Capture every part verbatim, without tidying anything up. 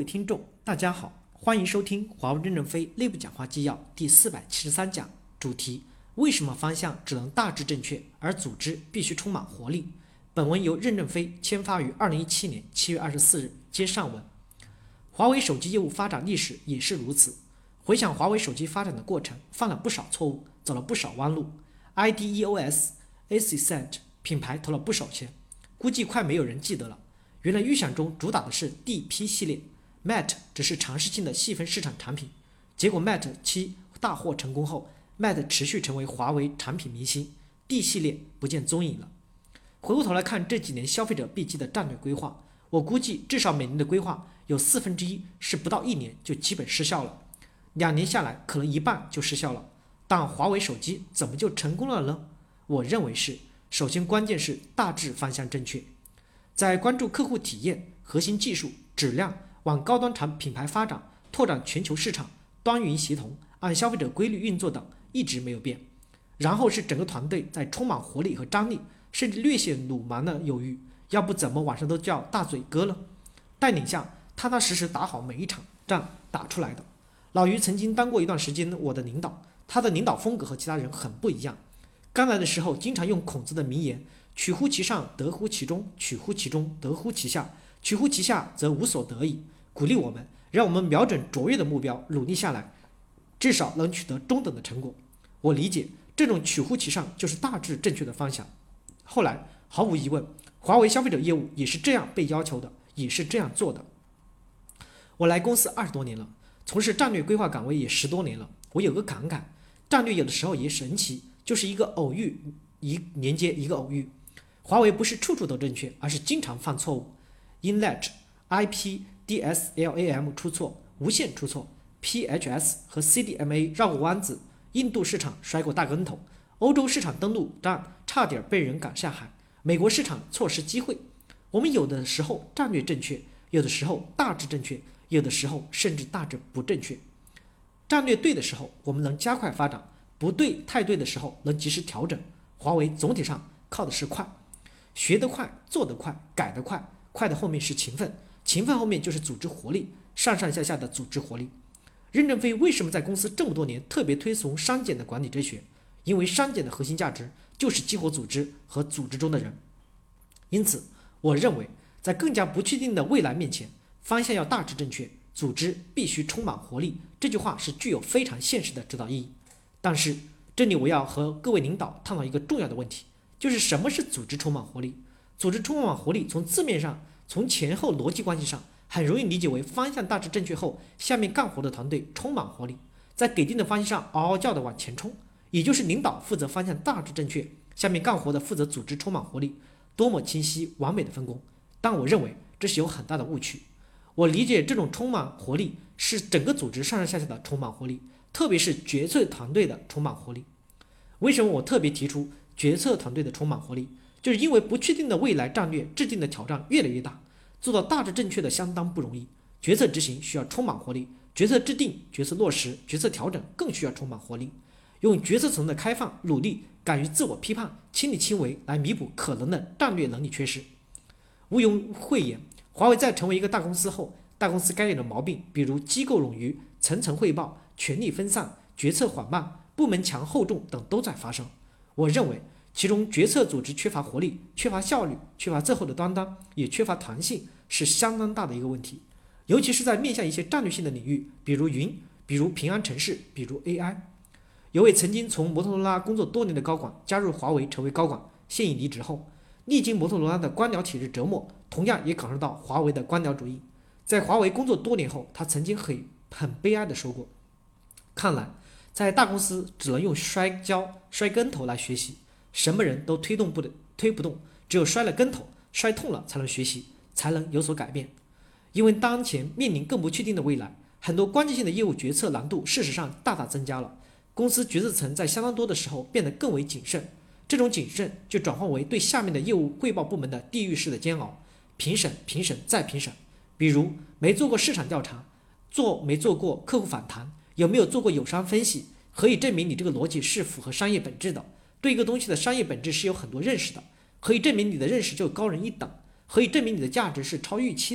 位听众，大家好，欢迎收听华为任正非内部讲话纪要第四百七十三讲，主题：为什么方向只能大致正确，而组织必须充满活力？本文由任正非签发于二零一七年七月二十四日，接上文。华为手机业务发展历史也是如此。回想华为手机发展的过程，犯了不少错误，走了不少弯路。I D E O S、A C C E N T 品牌投了不少钱，估计快没有人记得了。原来预想中主打的是 D P 系列 ，Mate 只是尝试性的细分市场产品。结果 Mate 七大获成功后 ，Mate 持续成为华为产品明星 ，D 系列不见踪影了。回过头来看这几年消费者 B 机的战略规划，我估计至少每年的规划有四分之一是不到一年就基本失效了，两年下来可能一半就失效了。但华为手机怎么就成功了呢？我认为是，首先关键是大致方向正确。在关注客户体验、核心技术、质量，往高端产品牌发展，拓展全球市场，端云协同，按消费者规律运作等，一直没有变。然后是整个团队在充满活力和张力，甚至略显鲁蛮的犹豫，要不怎么晚上都叫大嘴哥了？带领下，踏踏实实打好每一场仗打出来的。老于曾经当过一段时间我的领导，他的领导风格和其他人很不一样。刚来的时候，经常用孔子的名言：取乎其上，得乎其中；取乎其中，得乎其下；取乎其下，则无所得矣。鼓励我们，让我们瞄准卓越的目标，努力下来，至少能取得中等的成果。我理解，这种取乎其上就是大致正确的方向。后来，毫无疑问，华为消费者业务也是这样被要求的，也是这样做的。我来公司二十多年了，从事战略规划岗位也十多年了。我有个感慨，战略有的时候也神奇，就是一个偶遇，一连接一个偶遇。华为不是处处都正确，而是经常犯错误。InLedge、I P、D S L A M 出错，无线出错 ，P H S 和 C D M A 绕过弯子，印度市场摔过大跟头，欧洲市场登陆战差点被人赶下海，美国市场错失机会。我们有的时候战略正确，有的时候大致正确，有的时候甚至大致不正确。战略对的时候，我们能加快发展；不对太对的时候，能及时调整。华为总体上靠的是快，学得快，做得快，改得快，快的后面是勤奋，勤奋后面就是组织活力，上上下下的组织活力。任正非为什么在公司这么多年特别推崇商检的管理哲学？因为商检的核心价值就是激活组织和组织中的人。因此，我认为在更加不确定的未来面前，方向要大致正确，组织必须充满活力。这句话是具有非常现实的指导意义。但是，这里我要和各位领导探讨一个重要的问题，就是什么是组织充满活力？组织充满活力，从字面上，从前后逻辑关系上，很容易理解为方向大致正确后，下面干活的团队充满活力，在给定的方向上嗷嗷叫的往前冲，也就是领导负责方向大致正确，下面干活的负责组织充满活力，多么清晰完美的分工。但我认为这是有很大的误区。我理解这种充满活力是整个组织上上下下的充满活力，特别是决策团队的充满活力。为什么我特别提出决策团队的充满活力？就是因为不确定的未来战略制定的挑战越来越大，做到大致正确的相当不容易。决策执行需要充满活力，决策制定、决策落实、决策调整更需要充满活力。用决策层的开放、努力、敢于自我批判、亲力亲为来弥补可能的战略能力缺失。毋庸讳言，华为在成为一个大公司后，大公司该有的毛病，比如机构冗余、层层汇报、权力分散、决策缓慢、部门强厚重等都在发生。我认为其中决策组织缺乏活力、缺乏效率、缺乏最后的担当，也缺乏弹性，是相当大的一个问题。尤其是在面向一些战略性的领域，比如云，比如平安城市，比如 A I。 有位曾经从摩托罗拉工作多年的高管加入华为成为高管，现已离职后，历经摩托罗拉的官僚体制折磨，同样也感受到华为的官僚主义。在华为工作多年后，他曾经很很悲哀地说过，看来在大公司只能用摔跤、摔跟头来学习，什么人都推动不的推不动，只有摔了跟头、摔痛了才能学习，才能有所改变。因为当前面临更不确定的未来，很多关键性的业务决策难度事实上大大增加了，公司决策层在相当多的时候变得更为谨慎，这种谨慎就转换为对下面的业务汇报部门的地狱式的煎熬，评审、评审再评审。比如没做过市场调查，做没做过客户访谈，有没有做过友商分析，何以证明你这个逻辑是符合商业本质的？对一个东西的商业本质是有很多认识的，何以证明你的认识就高人一等？何以证明你的价值是超预期的？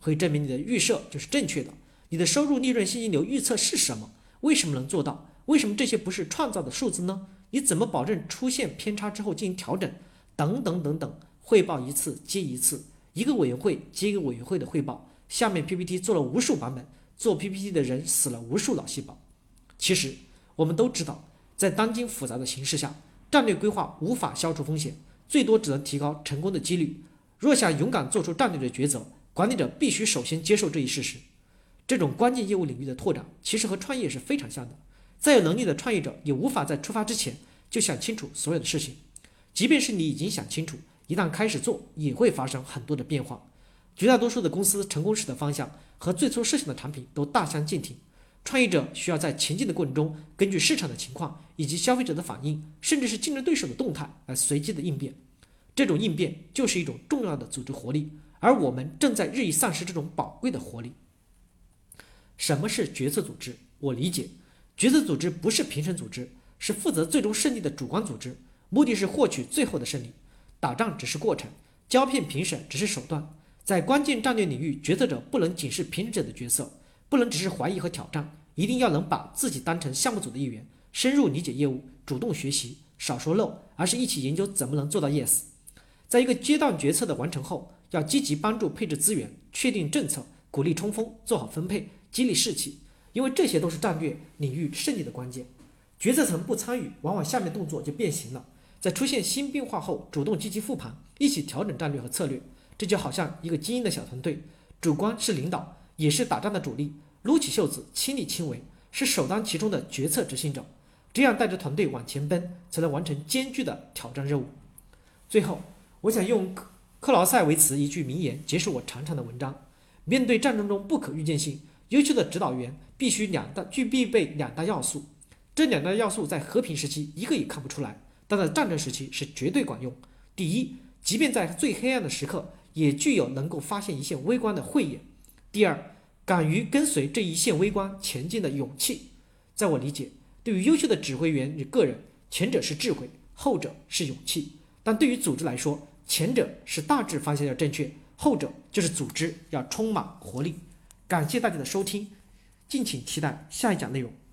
会证明你的预设就是正确的。你的收入、利润、现金流预测是什么？为什么能做到？为什么这些不是创造的数字呢？你怎么保证出现偏差之后进行调整？等等等等，汇报一次接一次，一个委员会接一个委员会的汇报。下面 P P T 做了无数版本，做 P P T 的人死了无数脑细胞。其实我们都知道，在当今复杂的形势下，战略规划无法消除风险，最多只能提高成功的几率。若想勇敢做出战略的抉择，管理者必须首先接受这一事实。这种关键业务领域的拓展，其实和创业是非常像的。再有能力的创业者也无法在出发之前就想清楚所有的事情，即便是你已经想清楚，一旦开始做，也会发生很多的变化。绝大多数的公司成功时的方向和最初设想的产品都大相径庭。创业者需要在前进的过程中，根据市场的情况以及消费者的反应，甚至是竞争对手的动态来随机的应变。这种应变就是一种重要的组织活力，而我们正在日益丧失这种宝贵的活力。什么是决策组织？我理解，决策组织不是评审组织，是负责最终胜利的主观组织，目的是获取最后的胜利。打仗只是过程，胶片评审只是手段。在关键战略领域，决策者不能仅是评审者的角色，不能只是怀疑和挑战，一定要能把自己当成项目组的一员，深入理解业务，主动学习，少说 no， 而是一起研究怎么能做到 yes。 在一个阶段决策的完成后，要积极帮助配置资源，确定政策，鼓励冲锋，做好分配，激励士气，因为这些都是战略领域胜利的关键。决策层不参与，往往下面动作就变形了。在出现新变化后，主动积极复盘，一起调整战略和策略。这就好像一个精英的小团队，主观是领导，也是打仗的主力，撸起袖子，亲力亲为，是首当其冲的决策执行者。这样带着团队往前奔，才能完成艰巨的挑战任务。最后，我想用克劳塞维茨一句名言结束我长长的文章：面对战争中不可预见性，优秀的指导员必须两大具必备两大要素。这两大要素在和平时期一个也看不出来，但在战争时期是绝对管用。第一，即便在最黑暗的时刻，也具有能够发现一线微光的慧眼。第二，敢于跟随这一线微光前进的勇气。在我理解，对于优秀的指挥员与个人，前者是智慧，后者是勇气。但对于组织来说，前者是大致方向要正确，后者就是组织要充满活力。感谢大家的收听，敬请期待下一讲内容。